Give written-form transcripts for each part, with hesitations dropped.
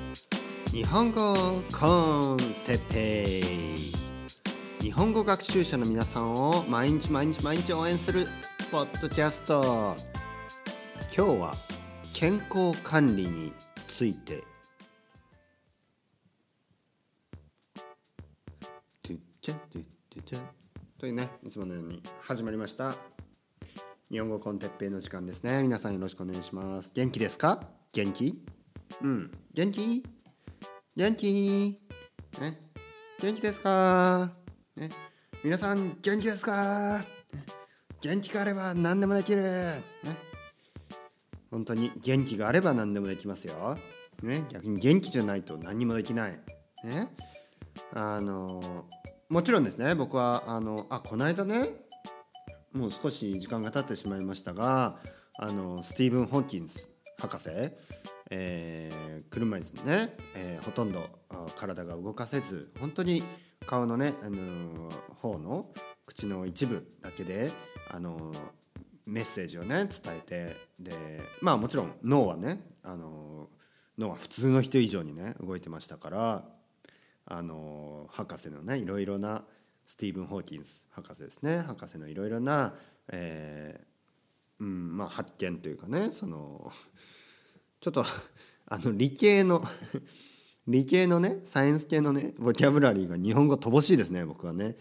日本語コンテッペイ。日本語学習者の皆さんを毎日応援するポッドキャスト。今日は健康管理について。というね、いつものように始まりました日本語コンテッペイの時間ですね。皆さんよろしくお願いします。元気ですか？元気？元気？元気？ね、元気ですか？ね、皆さん元気ですか？元気があれば何でもできる。ね、本当に元気があれば何でもできますよ。ね、逆に元気じゃないと何もできない。ね、もちろんですね、僕はこの間ね、もう少し時間が経ってしまいましたが、スティーブン・ホーキンス博士、車椅子のね、ほとんど体が動かせず、本当に顔のね、方の口の一部だけでメッセージをね伝えて、でもちろん脳はね、脳は普通の人以上にね動いてましたから、博士のねいろいろなスティーブン・ホーキンス博士ですね、博士のいろいろな、発見というかね、そのちょっと理系のね、サイエンス系のねボキャブラリーが日本語乏しいですね、僕はね。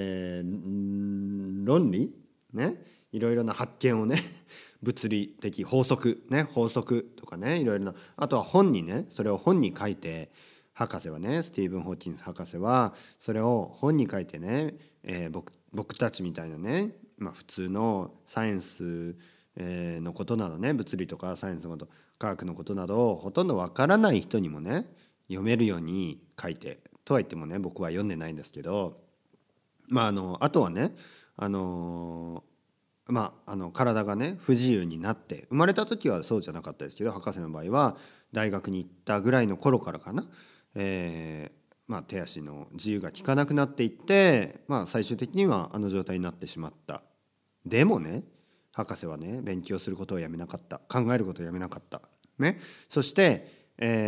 論理ね、いろいろな発見をね物理的法則とかね、いろいろな、あとは本にね、それを本に書いて、博士はね、スティーブン・ホーキンス博士はそれを本に書いてね、僕たちみたいなね、普通のサイエンスのことなどね、物理とかサイエンスのこと、科学のことなどほとんどわからない人にもね読めるように書いて、とは言ってもね僕は読んでないんですけど、あとはね、体がね不自由になって、生まれた時はそうじゃなかったですけど、博士の場合は大学に行ったぐらいの頃からかな、手足の自由が利かなくなっていって、最終的にはあの状態になってしまった。でもね、博士はね勉強することをやめなかった、考えることをやめなかった、ね、そして、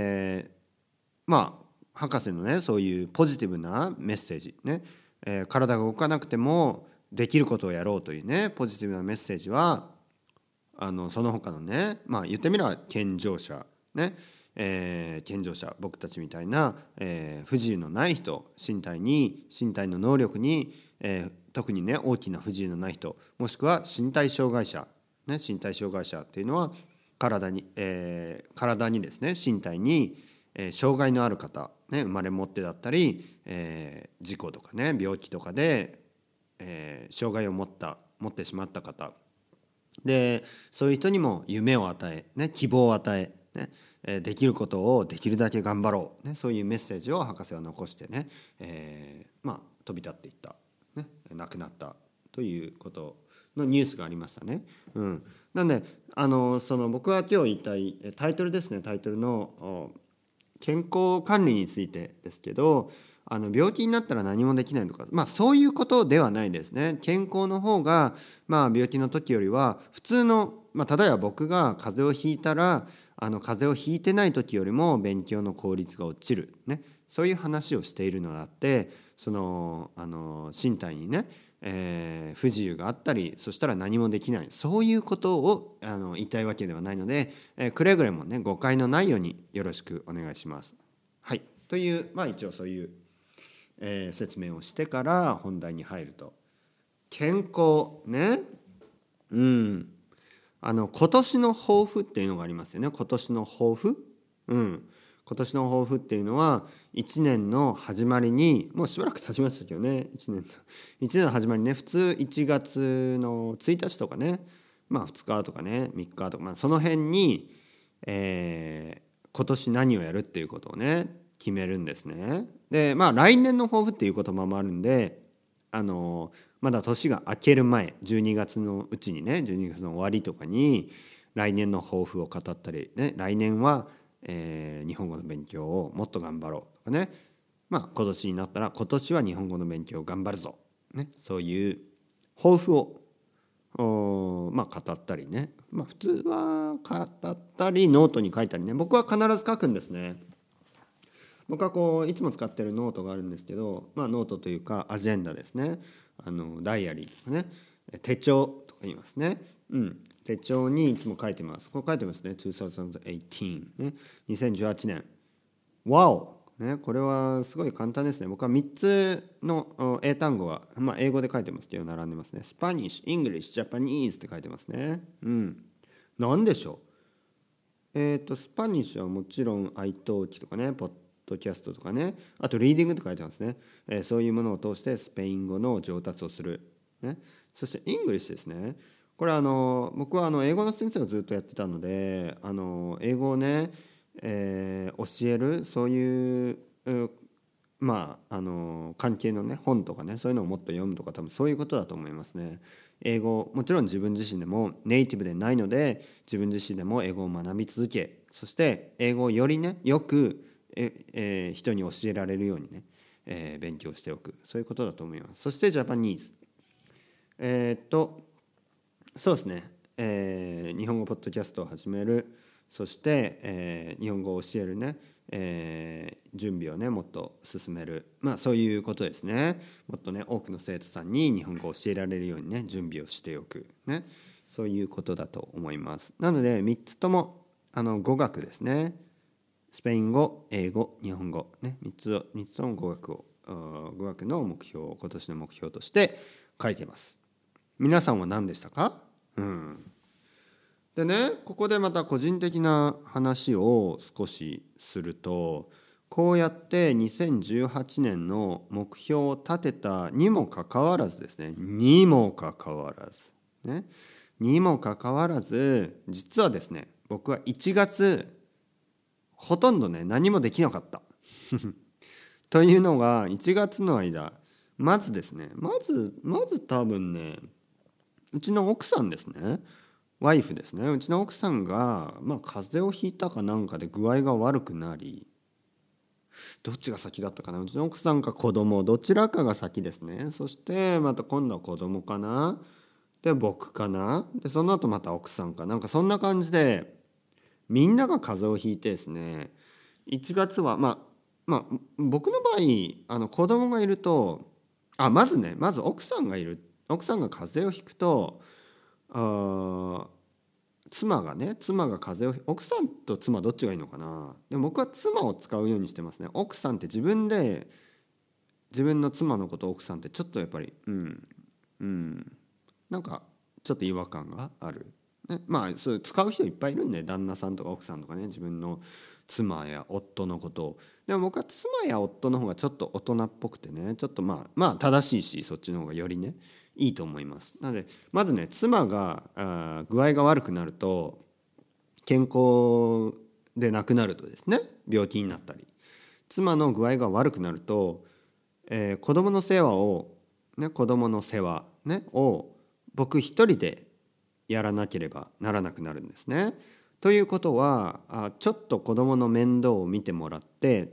博士のねそういうポジティブなメッセージね、体が動かなくてもできることをやろうというねポジティブなメッセージはその他のね、言ってみれば健常者ね、健常者、僕たちみたいな、不自由のない人、身体の能力に、特にね大きな不自由のない人、もしくは身体障害者、ね、身体障害者っていうのは体にですね、身体に、障害のある方、ね、生まれ持ってだったり、事故とかね病気とかで、障害を持ってしまった方で、そういう人にも夢を与え、ね、希望を与え、ね、できることをできるだけ頑張ろう、ね、そういうメッセージを博士は残してね、飛び立っていった、ね、亡くなったということのニュースがありましたね。なんでその僕は今日言いたいタイトルですね、タイトルの健康管理についてですけど、病気になったら何もできないとか、そういうことではないですね。健康の方が、病気の時よりは普通の、例えば僕が風邪をひいたら風邪をひいてない時よりも勉強の効率が落ちる、ね、そういう話をしているのであって、その身体にね、不自由があったり、そしたら何もできない、そういうことを言いたいわけではないので、くれぐれもね誤解のないようによろしくお願いします。はい、という、一応そういう、説明をしてから本題に入ると、健康ね、今年の抱負っていうのがありますよね。今年の抱負、今年の抱負っていうのは1年の始まりに、もうしばらく経ちましたけどね、1年の始まりね、普通1月の1日とかね、2日とかね3日とか、その辺に、今年何をやるっていうことをね決めるんですね。で来年の抱負っていう言葉もあるんで、まだ年が明ける前、12月のうちにね、12月の終わりとかに来年の抱負を語ったり、ね、来年は、日本語の勉強をもっと頑張ろうとかね、今年になったら今年は日本語の勉強を頑張るぞ、ね、そういう抱負を語ったりね、普通は語ったりノートに書いたりね、僕は必ず書くんですね。 僕はこういつも使ってるノートがあるんですけど、ノートというかアジェンダですね。ダイアリーとかね、手帳とか言いますね。手帳にいつも書いてます。こう書いてますね。2018ね、2018年。わおね、これはすごい簡単ですね。僕は3つの英単語が、英語で書いてますけど並んでますね。スパニッシュ、イングリッシュ、ジャパニーズって書いてますね。なんでしょう。スパニッシュはもちろん愛登記とかね、ポッドキャストとかね、あとリーディングと書いてますね。そういうものを通してスペイン語の上達をする。ね、そしてイングリッシュですね。これ僕は英語の先生をずっとやってたので、英語をね、教えるそういう関係のね本とかね、そういうのをもっと読むとか、多分そういうことだと思いますね。英語もちろん自分自身でもネイティブでないので、自分自身でも英語を学び続け、そして英語をよりねよく人に教えられるようにね、勉強しておく、そういうことだと思います。そしてジャパニーズ、そうですね、日本語ポッドキャストを始める、そして、日本語を教えるね、準備をねもっと進める、そういうことですね。もっとね多くの生徒さんに日本語を教えられるようにね準備をしておくね、そういうことだと思います。なので3つとも語学ですね。スペイン語、英語、日本語ね、3つとも語学の目標を今年の目標として書いています。皆さんは何でしたか？でね、ここでまた個人的な話を少しすると、こうやって2018年の目標を立てたにもかかわらずですね、にもかかわらず、実はですね、僕は1月ほとんどね何もできなかったというのが、1月の間まず多分ね、うちの奥さんですね、ワイフですね、うちの奥さんが風邪をひいたかなんかで具合が悪くなり、どっちが先だったかな、うちの奥さんか子供、どちらかが先ですね。そしてまた今度は子供かな、で僕かな、でその後また奥さんかなんか、そんな感じでみんなが風邪をひいてですね、1月は僕の場合子供がいると、まず奥さんが風邪をひくと、妻が風邪を奥さんと妻どっちがいいのかな。でも僕は妻を使うようにしてますね。奥さんって自分の妻のことを奥さんってちょっとやっぱりなんかちょっと違和感がある、ね、そう使う人いっぱいいるんで、旦那さんとか奥さんとかね、自分の妻や夫のことを。でも僕は妻や夫の方がちょっと大人っぽくてね、ちょっと正しいし、そっちの方がよりねいいと思います。なのでまずね、妻が具合が悪くなると、健康でなくなるとですね、病気になったり、妻の具合が悪くなると、子供の世話を僕一人でやらなければならなくなるんですね。ということは、ちょっと子供の面倒を見てもらって、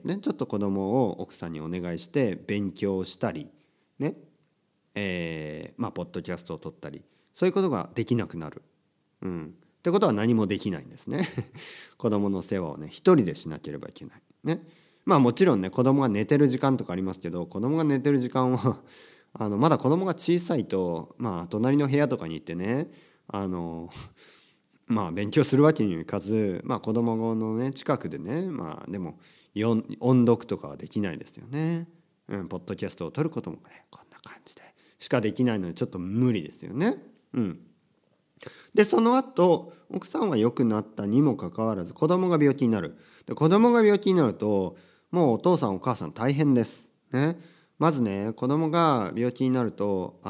ね、ちょっと子供を奥さんにお願いして勉強したりね、ポッドキャストを撮ったり、そういうことができなくなる。ってことは何もできないんですね子供の世話をね一人でしなければいけないね。もちろんね、子供が寝てる時間とかありますけど、子供が寝てる時間はまだ子供が小さいと、隣の部屋とかに行ってね勉強するわけにはいかず、子供のね近くでね、でも音読とかはできないですよね。ポッドキャストを撮ることもねこんな感じでしかできないので、ちょっと無理ですよね。でその後奥さんは良くなったにもかかわらず、子供が病気になる。で子供が病気になると、もうお父さんお母さん大変ですね。まずね、子供が病気になると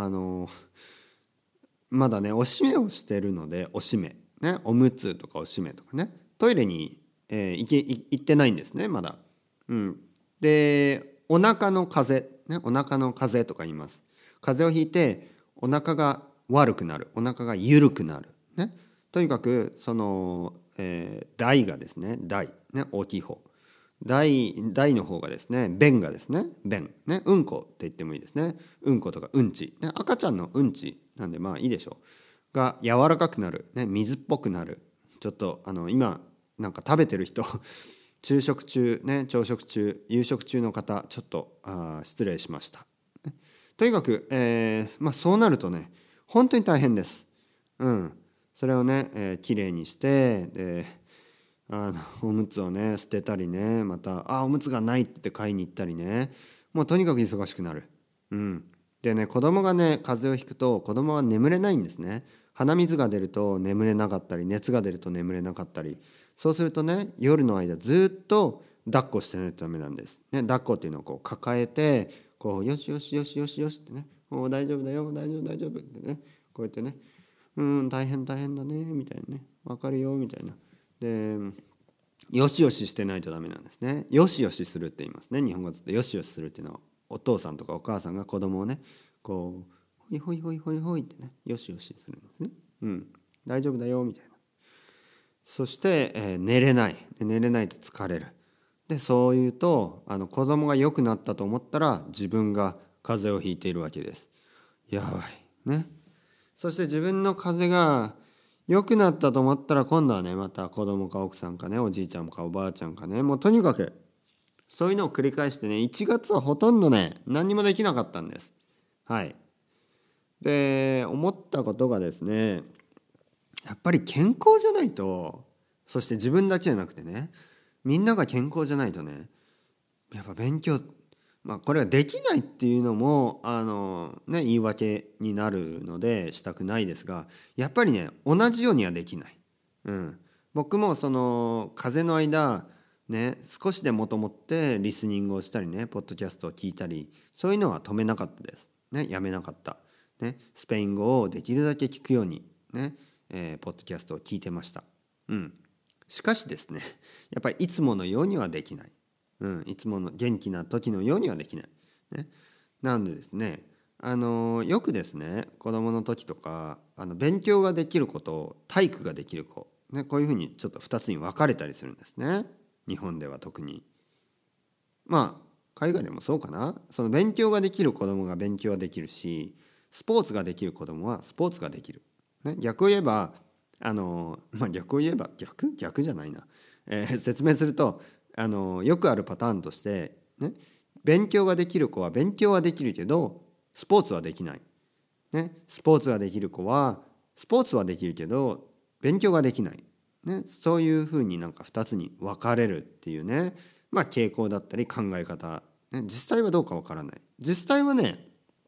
まだねおしめをしてるので、おむつとかおしめとかね、トイレに、行ってないんですねまだ。でお腹の風邪とか言います。風邪をひいてお腹が悪くなる、お腹が緩くなるね。とにかくその、大がですね、大きい方、大の方がですね、便がですね、うんこって言ってもいいですね。うんことかうんち、ね、赤ちゃんのうんちなんでいいでしょうが柔らかくなる、ね、水っぽくなる。ちょっと今なんか食べてる人昼食中ね、朝食中、夕食中の方ちょっと失礼しました。とにかく、そうなるとね本当に大変です。それをね、きれいにしてでおむつをね捨てたりね、またおむつがないって買いに行ったりね、もうとにかく忙しくなる。でね、子供がね風邪をひくと子供は眠れないんですね。鼻水が出ると眠れなかったり、熱が出ると眠れなかったり、そうするとね夜の間ずっと抱っこしてないとダメなんです、ね、抱っこっていうのをこう抱えてこうよしよしよしよしよしってね、大丈夫だよ大丈夫大丈夫ってね、こうやってね、大変大変だねみたいなね、わかるよみたいな。でよしよししてないとダメなんですね。よしよしするって言いますね。日本語だとよしよしするっていうのはお父さんとかお母さんが子供をねこうほいほいほいほいほいってねよしよしするんですね。大丈夫だよみたいな。そして、寝れないと疲れる。でそういうと子供が良くなったと思ったら自分が風邪をひいているわけです。やばいね。そして自分の風邪が良くなったと思ったら今度はねまた子供か奥さんかねおじいちゃんかおばあちゃんかね、もうとにかくそういうのを繰り返してね、1月はほとんどね何にもできなかったんです。で思ったことがですね、やっぱり健康じゃないと、そして自分だけじゃなくてねみんなが健康じゃないとね、やっぱ勉強これはできないっていうのも言い訳になるのでしたくないですが、やっぱりね同じようにはできない。僕もその風邪の間ね少しでもと思ってリスニングをしたりねポッドキャストを聞いたり、そういうのは止めなかったですね、やめなかったね。スペイン語をできるだけ聞くようにね、ポッドキャストを聞いてました。しかしですね、やっぱりいつものようにはできない。いつもの元気な時のようにはできない。なんでですね、よくですね、子供の時とか勉強ができる子と体育ができる子、こういうふうにちょっと2つに分かれたりするんですね。日本では特に。海外でもそうかな。その勉強ができる子供が勉強ができるし、スポーツができる子供はスポーツができる。逆を言えば逆を言えば逆じゃないな、説明するとよくあるパターンとしてね、勉強ができる子は勉強はできるけどスポーツはできない、スポーツができる子はスポーツはできるけど勉強ができない、そういうふうになんか2つに分かれるっていうね、傾向だったり考え方、実際はどうか分からない。実際はね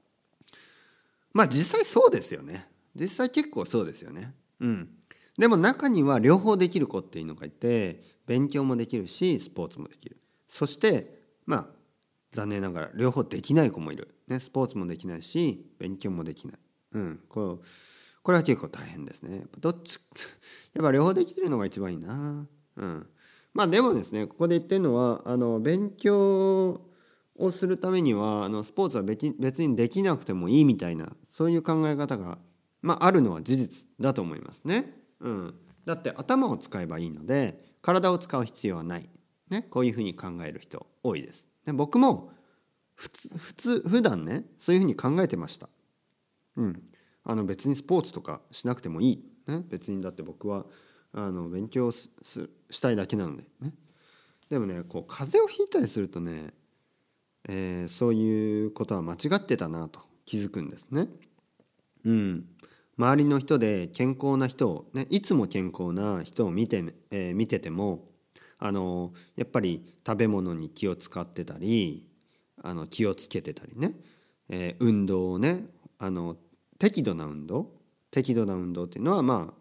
実際そうですよね。実際結構そうですよね。でも中には両方できる子っていうのがいて、勉強もできるしスポーツもできる。そして残念ながら両方できない子もいる、スポーツもできないし勉強もできない。これは結構大変ですね。どっちやっぱ両方できてるのが一番いいな。でもですね、ここで言ってるのは勉強をするためにはスポーツは別にできなくてもいいみたいな、そういう考え方があるのは事実だと思いますね。だって頭を使えばいいので体を使う必要はない、こういうふうに考える人多いです。で僕も普段ねそういうふうに考えてました。別にスポーツとかしなくてもいい、別にだって僕は勉強したいだけなのでね。でもねこう風邪をひいたりするとね、そういうことは間違ってたなと気づくんですね。周りの人で健康な人を、いつも健康な人を見ててもやっぱり食べ物に気を使ってたり気をつけてたりね、運動をね適度な運動っていうのは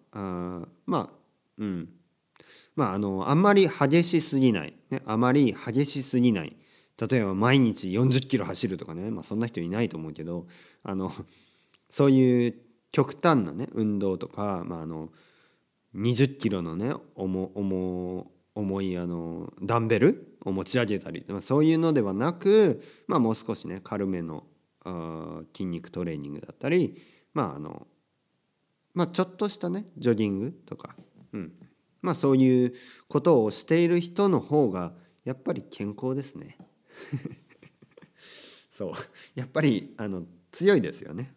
あんまり激しすぎない、あまり激しすぎない。例えば毎日40キロ走るとかね、そんな人いないと思うけどそういう極端なね運動とか、20キロのね重いダンベルを持ち上げたり、そういうのではなく、もう少しね軽めの筋肉トレーニングだったり、ちょっとしたねジョギングとか、そういうことをしている人の方がやっぱり健康ですね。そうやっぱり強いですよね。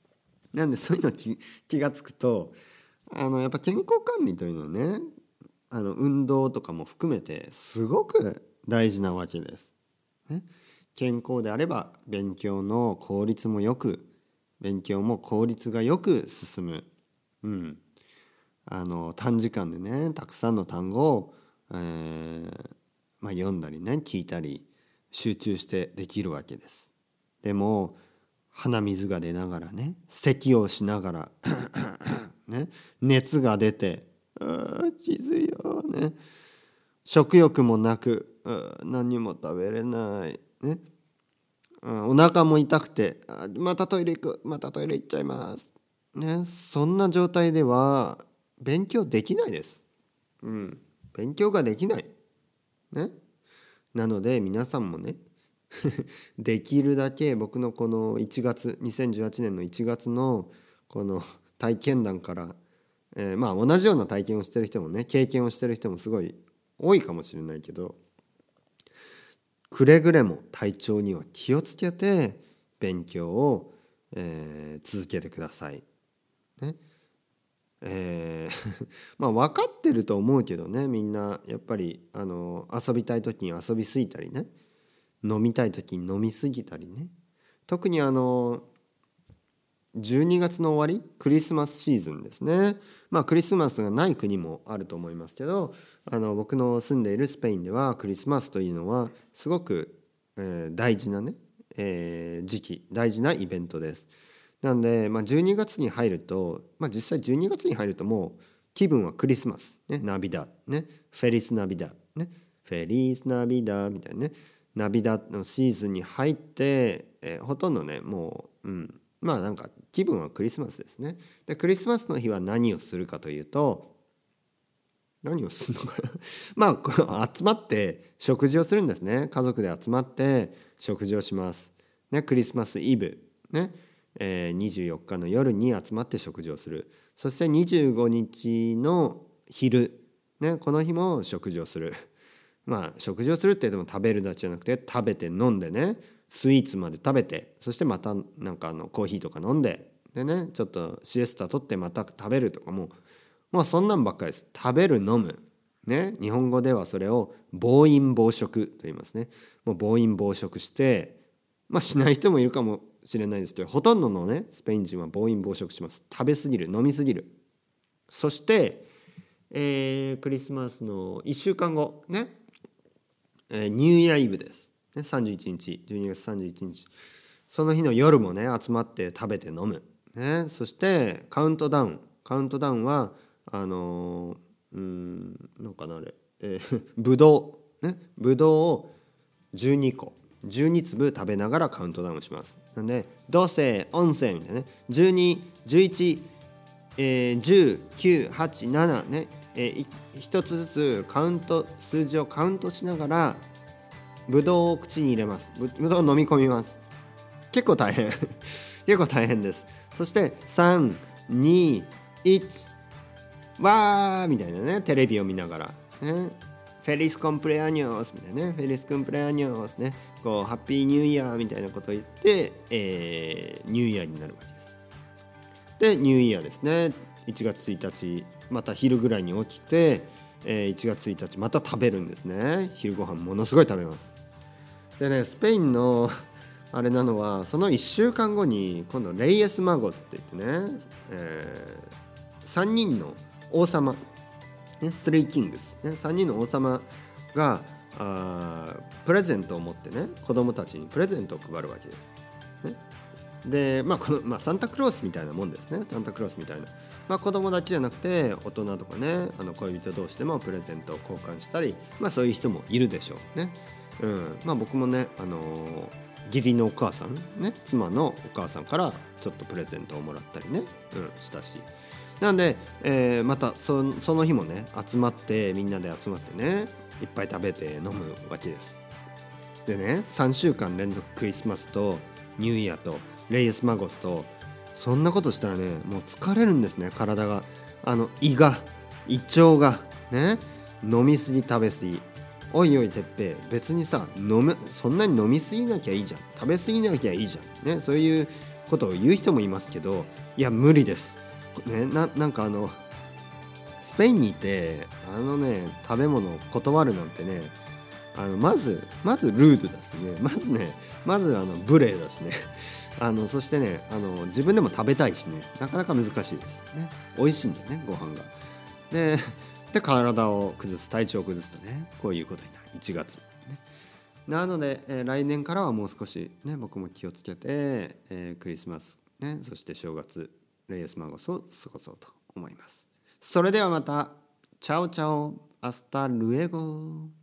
なんでそういうの気がつくとやっぱ健康管理というのをね運動とかも含めてすごく大事なわけです。ね、健康であれば勉強の効率もよく、勉強も効率がよく進む。短時間でねたくさんの単語を、読んだりね聞いたり集中してできるわけです。でも鼻水が出ながらね、咳をしながらね、熱が出てきついよね、食欲もなく何も食べれないね、お腹も痛くてまたトイレ行く、またトイレ行っちゃいますね、そんな状態では勉強できないです。勉強ができないね。なので皆さんもねできるだけ僕のこの2018年の1月のこの体験談から、同じような体験をしてる人もね、経験をしてる人もすごい多いかもしれないけど、くれぐれも体調には気をつけて勉強を、続けてくださいね。分かってると思うけどね、みんなやっぱり遊びたい時に遊びすぎたりね、飲みたい時に飲みすぎたりね、特に12月の終わりクリスマスシーズンですね。クリスマスがない国もあると思いますけど、僕の住んでいるスペインではクリスマスというのはすごく、大事なね、時期、大事なイベントです。なので、12月に入ると、実際12月に入るともう気分はクリスマス、ね、ナビダね、フェリスナビダね、フェリスナビダみたいなね、ナビダのシーズンに入って、ほとんどねもう、なんか気分はクリスマスですね。でクリスマスの日は何をするかというと、何をするのかな集まって食事をするんですね。家族で集まって食事をします、ね、クリスマスイブね、24日の夜に集まって食事をする。そして25日の昼、ね、この日も食事をする。食事をするって言っても食べるだけじゃなくて、食べて飲んでね、スイーツまで食べて、そしてまたなんかコーヒーとか飲んで、でねちょっとシエスタ取ってまた食べるとか、もうそんなんばっかりです。食べる飲むね、日本語ではそれを暴飲暴食と言いますね。もう暴飲暴食して、しない人もいるかもしれないですけど、ほとんどのねスペイン人は暴飲暴食します。食べ過ぎる、飲み過ぎる。そして、クリスマスの1週間後ね、ニューイヤーイブです、ね、31日12月31日、その日の夜もね集まって食べて飲む、ね、そしてカウントダウンはなんかなあれ、ぶどうを12個12粒食べながらカウントダウンします。なんで12、11みたいなね、12、11、10、9、8、7ね、一つずつ数字をカウントしながらぶどうを口に入れます。ぶどうを飲み込みます。結構大変結構大変です。そして3、2、1わーみたいなね、テレビを見ながらね、フェリスコンプレアニョスみたいなね、フェリスコンプレアニョスね、こうハッピーニューイヤーみたいなことを言って、ニューイヤーになるわけです。でニューイヤーですね、1月1日また昼ぐらいに起きて、1月1日また食べるんですね。昼ご飯ものすごい食べます。でね、スペインのあれなのは、その1週間後に今度レイエスマゴスって言ってね、3人の王様、ね、3キングス、ね、3人の王様がプレゼントを持ってね、子供たちにプレゼントを配るわけです、ね。でサンタクロースみたいなもんですね。サンタクロースみたいな、子供だけじゃなくて大人とかね、恋人同士でもプレゼントを交換したり、そういう人もいるでしょうね。僕もね、義理のお母さんね、妻のお母さんからちょっとプレゼントをもらったりね、したし、なんで、またその日もねみんなで集まってね、いっぱい食べて飲むわけです。でね、3週間連続クリスマスとニューイヤーとレイエスマゴスと、そんなことしたらねもう疲れるんですね、体が。胃腸がね、飲みすぎ食べすぎ、おいおいてっぺ、別にさそんなに飲みすぎなきゃいいじゃん、食べすぎなきゃいいじゃんね、そういうことを言う人もいますけど、いや無理ですね。なんかススペインにいて食べ物を断るなんてね、まずルードだしね、まず無礼だしねそしてね自分でも食べたいしね、なかなか難しいですね。美味しいんだよね、ご飯が。で体を崩す、体調を崩すとね、こういうことになる1月、ね、なので、来年からはもう少しね僕も気をつけて、クリスマス、ね、そして正月レイエスマゴスを過ごそうと思います。それではまた。チャオチャオ、アスタルエゴ。